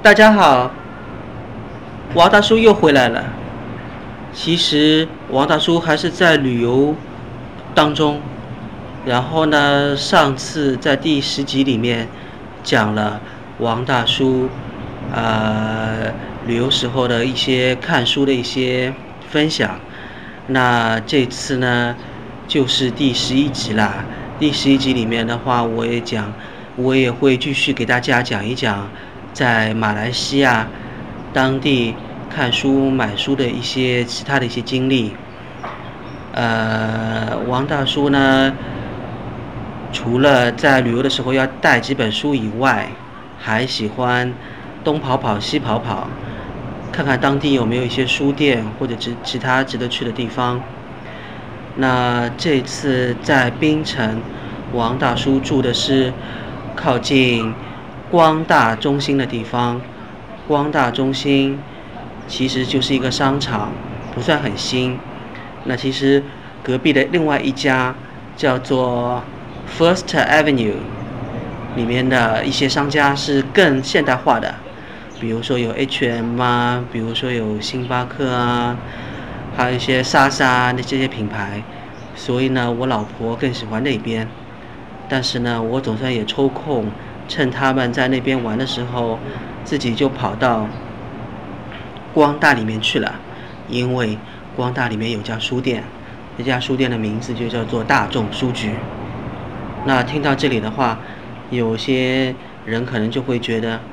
大家好，王大叔又回来了。其实王大叔还是在旅游当中，然后呢，上次在第10集里面讲了王大叔旅游时候的一些看书的一些分享。那这次呢就是第11集啦。第11集里面的话，我也会继续给大家讲一讲在马来西亚当地看书买书的一些其他的一些经历。王大叔呢，除了在旅游的时候要带几本书以外，还喜欢东跑跑西跑跑，看看当地有没有一些书店或者其他值得去的地方。那这次在槟城，王大叔住的是靠近光大中心的地方。光大中心其实就是一个商场，不算很新。那其实隔壁的另外一家叫做 First Avenue， 里面的一些商家是更现代化的，比如说有 H&M 啊，比如说有星巴克啊，还有一些莎莎的这些品牌。所以呢，我老婆更喜欢那边。但是呢，我总算也抽空趁他们在那边玩的时候，自己就跑到光大里面去了。因为光大里面有家书店，这家书店的名字就叫做大众书局。那听到这里的话，有些人可能就会觉得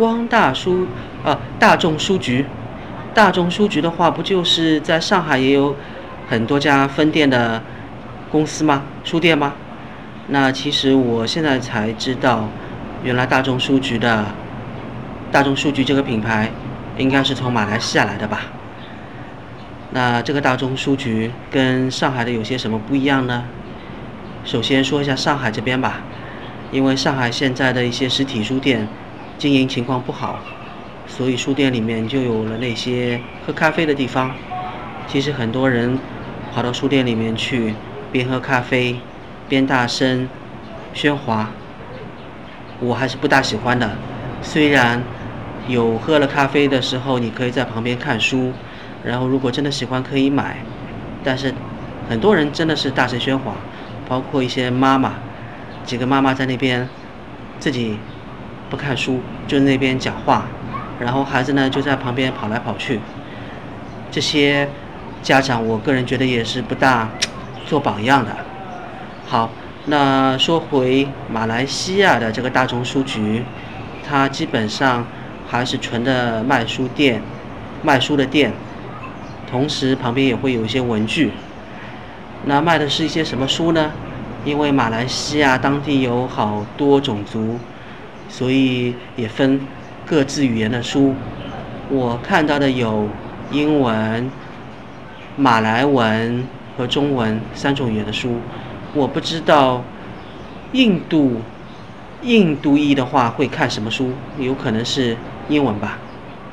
大众书局，大众书局的话，不就是在上海也有很多家分店的公司吗？书店吗？那其实我现在才知道，原来大众书局这个品牌应该是从马来西亚来的吧。那这个大众书局跟上海的有些什么不一样呢？首先说一下上海这边吧，因为上海现在的一些实体书店经营情况不好，所以书店里面就有了那些喝咖啡的地方。其实很多人跑到书店里面去，边喝咖啡边大声喧哗，我还是不大喜欢的。虽然有喝了咖啡的时候你可以在旁边看书，然后如果真的喜欢可以买，但是很多人真的是大声喧哗，包括一些妈妈，几个妈妈在那边自己不看书，就在那边讲话，然后孩子呢就在旁边跑来跑去。这些家长我个人觉得也是不大做榜样的。好，那说回马来西亚的这个大众书局，它基本上还是纯的卖书的店，同时旁边也会有一些文具。那卖的是一些什么书呢？因为马来西亚当地有好多种族，所以也分各自语言的书。我看到的有英文、马来文和中文3种语言的书。我不知道印度裔的话会看什么书，有可能是英文吧。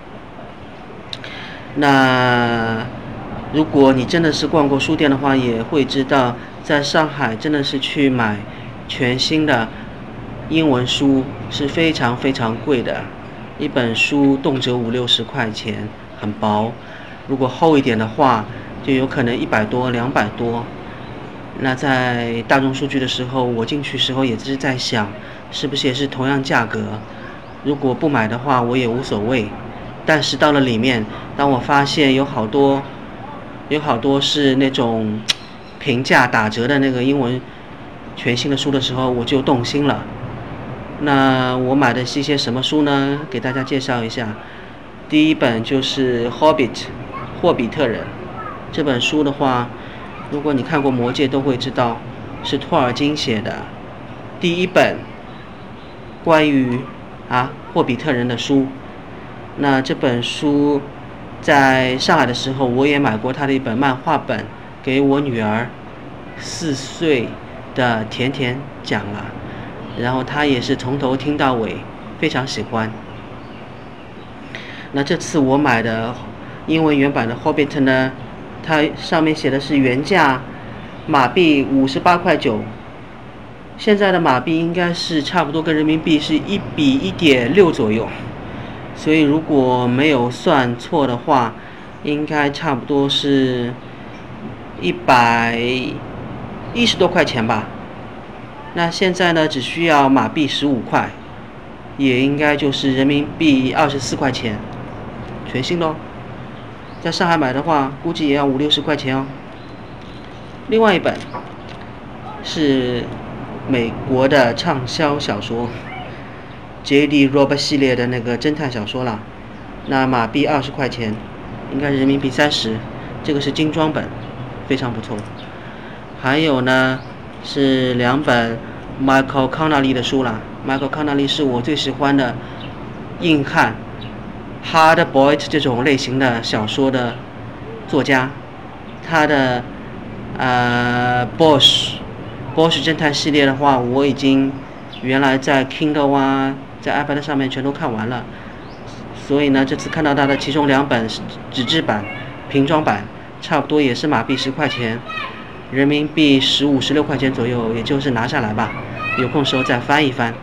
那如果你真的是逛过书店的话，也会知道在上海真的是去买全新的英文书是非常非常贵的，一本书动辄50-60块钱，很薄。如果厚一点的话，就有可能100多、200多。那在大众书局的时候，我进去时候也是在想，是不是也是同样价格？如果不买的话，我也无所谓。但是到了里面，当我发现有好多是那种平价打折的那个英文全新的书的时候，我就动心了。那我买的是一些什么书呢？给大家介绍一下。第一本就是《霍比特人》这本书的话，如果你看过《魔戒》都会知道，是托尔金写的第一本关于霍比特人的书。那这本书在上海的时候，我也买过他的一本漫画本，给我女儿4岁的甜甜讲了，然后她也是从头听到尾，非常喜欢。那这次我买的英文原版的 Hobbit 呢，它上面写的是原价马币58.9块，现在的马币应该是差不多跟人民币是1:1.6左右， 所以如果没有算错的话，应该差不多是110多块钱吧。那现在呢，只需要马币15块，也应该就是人民币24块钱，全新的哦。在上海买的话，估计也要50-60块钱哦。另外一本是美国的畅销小说 J.D. Robb 系列的那个侦探小说啦，那马币20块钱，应该是人民币30，这个是精装本，非常不错。还有呢是2本 Michael Connelly 的书啦。Michael Connelly 是我最喜欢的硬汉 Hard Boiled 这种类型的小说的作家，他的Bosch 侦探系列的话，我已经原来在 Kindle 啊，在 iPad 上面全都看完了，所以呢，这次看到他的其中2本纸质版、平装版，差不多也是马币10块钱，人民币15-16块钱左右，也就是拿下来吧，有空时候再翻一翻。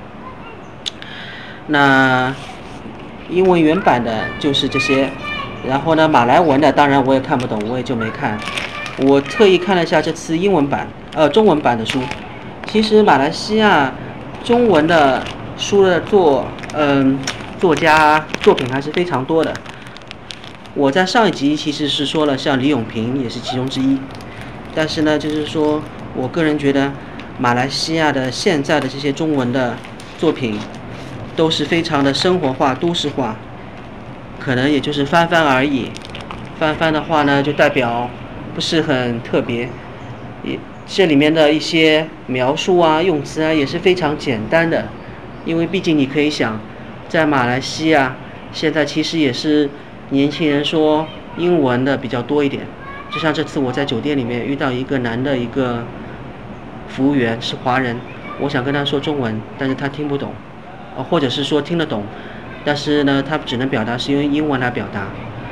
那英文原版的就是这些，然后呢，马来文的当然我也看不懂，我也就没看。我特意看了一下这次中文版的书。其实马来西亚中文的书的作家作品还是非常多的。我在上一集其实是说了，像李永平也是其中之一。但是呢，就是说我个人觉得马来西亚的现在的这些中文的作品都是非常的生活化、都市化，可能也就是翻翻而已。翻翻的话呢，就代表不是很特别，这里面的一些描述啊、用词啊也是非常简单的。因为毕竟你可以想，在马来西亚现在其实也是年轻人说英文的比较多一点。就像这次我在酒店里面遇到一个男的一个服务员是华人，我想跟他说中文，但是他听不懂，或者是说听得懂，但是呢他只能表达是用英文来表达。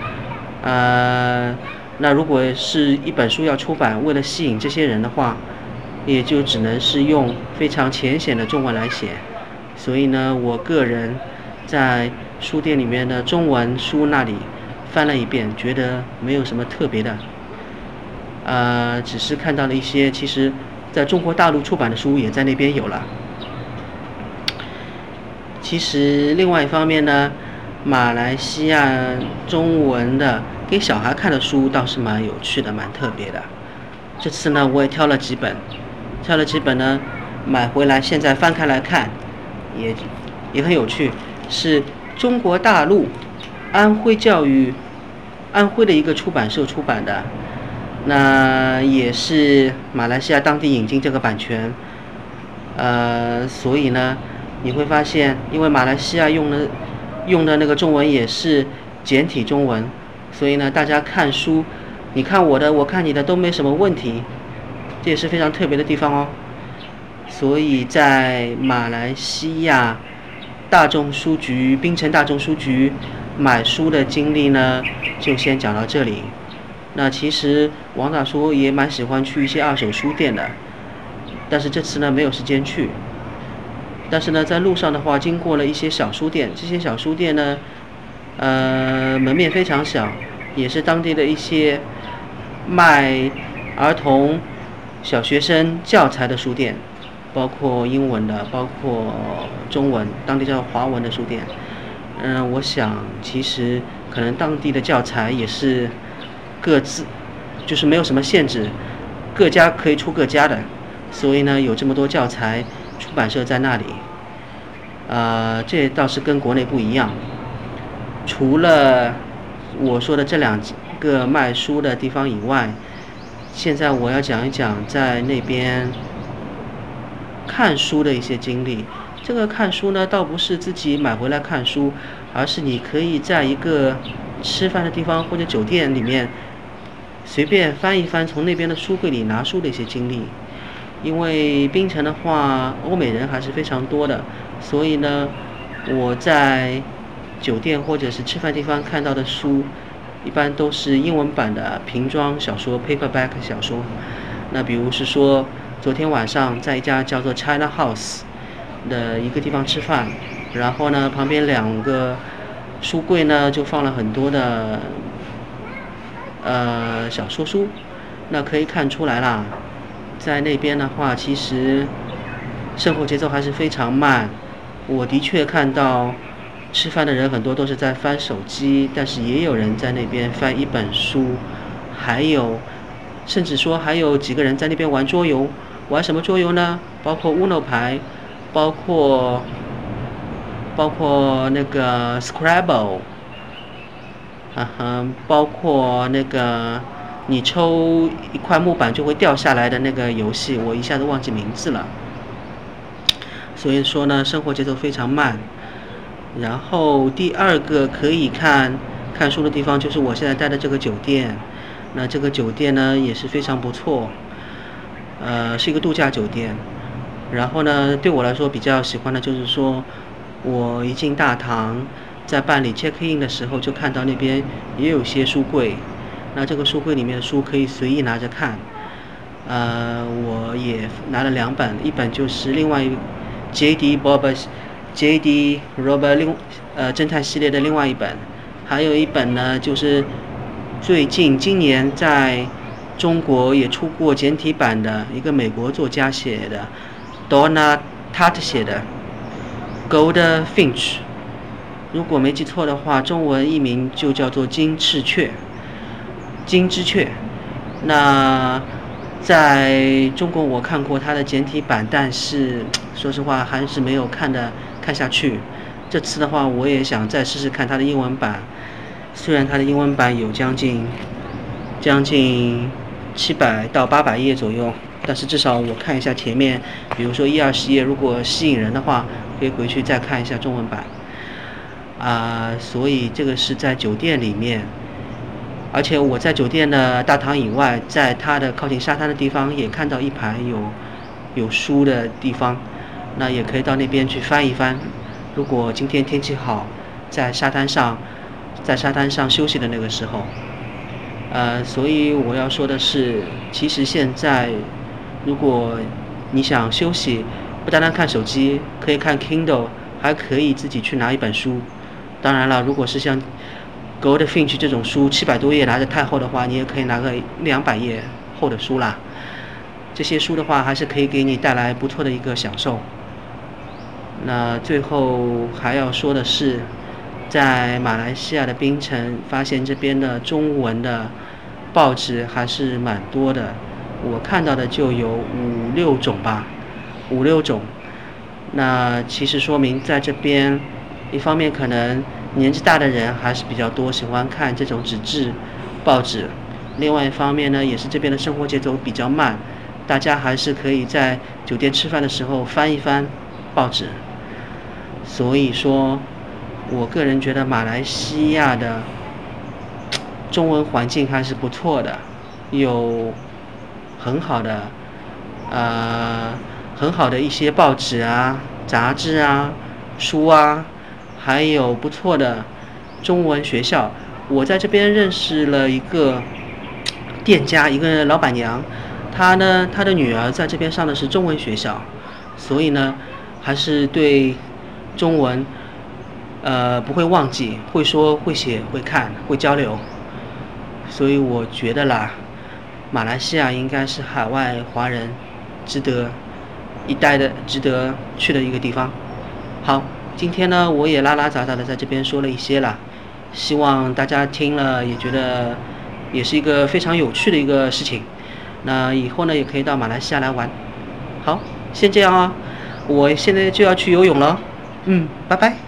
那如果是一本书要出版，为了吸引这些人的话，也就只能是用非常浅显的中文来写。所以呢，我个人在书店里面的中文书那里翻了一遍，觉得没有什么特别的。只是看到了一些其实在中国大陆出版的书也在那边有了。其实另外一方面呢，马来西亚中文的给小孩看的书倒是蛮有趣的，蛮特别的。这次呢我也挑了几本呢买回来，现在翻开来看也很有趣，是中国大陆安徽的一个出版社出版的，那也是马来西亚当地引进这个版权。所以呢你会发现，因为马来西亚用的那个中文也是简体中文，所以呢大家看书，你看我的我看你的都没什么问题，这也是非常特别的地方哦。所以在马来西亚槟城大众书局买书的经历呢就先讲到这里。那其实王大叔也蛮喜欢去一些二手书店的，但是这次呢没有时间去。但是呢在路上的话经过了一些小书店，这些小书店呢门面非常小，也是当地的一些卖儿童小学生教材的书店，包括英文的，包括中文，当地叫华文的书店。我想其实可能当地的教材也是各自就是没有什么限制，各家可以出各家的，所以呢有这么多教材出版社在那里。这倒是跟国内不一样。除了我说的这2个卖书的地方以外，现在我要讲一讲在那边看书的一些经历。这个看书呢倒不是自己买回来看书，而是你可以在一个吃饭的地方或者酒店里面随便翻一翻，从那边的书柜里拿书的一些经历。因为槟城的话欧美人还是非常多的，所以呢我在酒店或者是吃饭地方看到的书一般都是英文版的平装小说 paperback 小说。那比如是说昨天晚上在一家叫做 China House 的一个地方吃饭，然后呢旁边2个书柜呢就放了很多的小说书，那可以看出来啦，在那边的话，其实生活节奏还是非常慢。我的确看到吃饭的人很多都是在翻手机，但是也有人在那边翻一本书，还有甚至说还有几个人在那边玩桌游。玩什么桌游呢？包括 Uno 牌，包括那个 Scrabble，包括那个你抽一块木板就会掉下来的那个游戏，我一下子忘记名字了。所以说呢，生活节奏非常慢。然后第二个可以看书的地方就是我现在待的这个酒店。那这个酒店呢也是非常不错，是一个度假酒店。然后呢，对我来说比较喜欢的就是说，我一进大堂，在办理 check in 的时候就看到那边也有些书柜，那这个书柜里面的书可以随意拿着看。我也拿了2本，一本就是另外一 J.D. Robert 侦探系列的另外一本，还有一本呢就是今年在中国也出过简体版的一个美国作家写的 Donna Tartt 写的 Goldfinch， 如果没记错的话，中文译名就叫做金之雀。那在中国我看过他的简体版，但是说实话还是没有看下去。这次的话我也想再试试看他的英文版，虽然他的英文版有将近700到800页左右，但是至少我看一下前面，比如说1-20页，如果吸引人的话，可以回去再看一下中文版。所以这个是在酒店里面，而且我在酒店的大堂以外，在它的靠近沙滩的地方也看到一排有书的地方，那也可以到那边去翻一翻。如果今天天气好，在沙滩上休息的那个时候。所以我要说的是，其实现在如果你想休息，不单单看手机，可以看 Kindle， 还可以自己去拿一本书。当然了，如果是像 Goldfinch 这种书700多页拿着太厚的话，你也可以拿个200页厚的书啦。这些书的话还是可以给你带来不错的一个享受。那最后还要说的是，在马来西亚的槟城发现这边的中文的报纸还是蛮多的，我看到的就有5-6种吧，5-6种。那其实说明在这边，一方面可能年纪大的人还是比较多，喜欢看这种纸质报纸，另外一方面呢，也是这边的生活节奏比较慢，大家还是可以在酒店吃饭的时候翻一翻报纸。所以说我个人觉得马来西亚的中文环境还是不错的，有很好的一些报纸啊、杂志啊、书啊，还有不错的中文学校。我在这边认识了一个店家，一个老板娘，她的女儿在这边上的是中文学校，所以呢还是对中文不会忘记，会说会写会看会交流。所以我觉得啦，马来西亚应该是海外华人值得去的一个地方。好，今天呢我也拉拉杂杂的在这边说了一些啦，希望大家听了也觉得也是一个非常有趣的一个事情。那以后呢也可以到马来西亚来玩。好，先这样啊，我现在就要去游泳了。拜拜。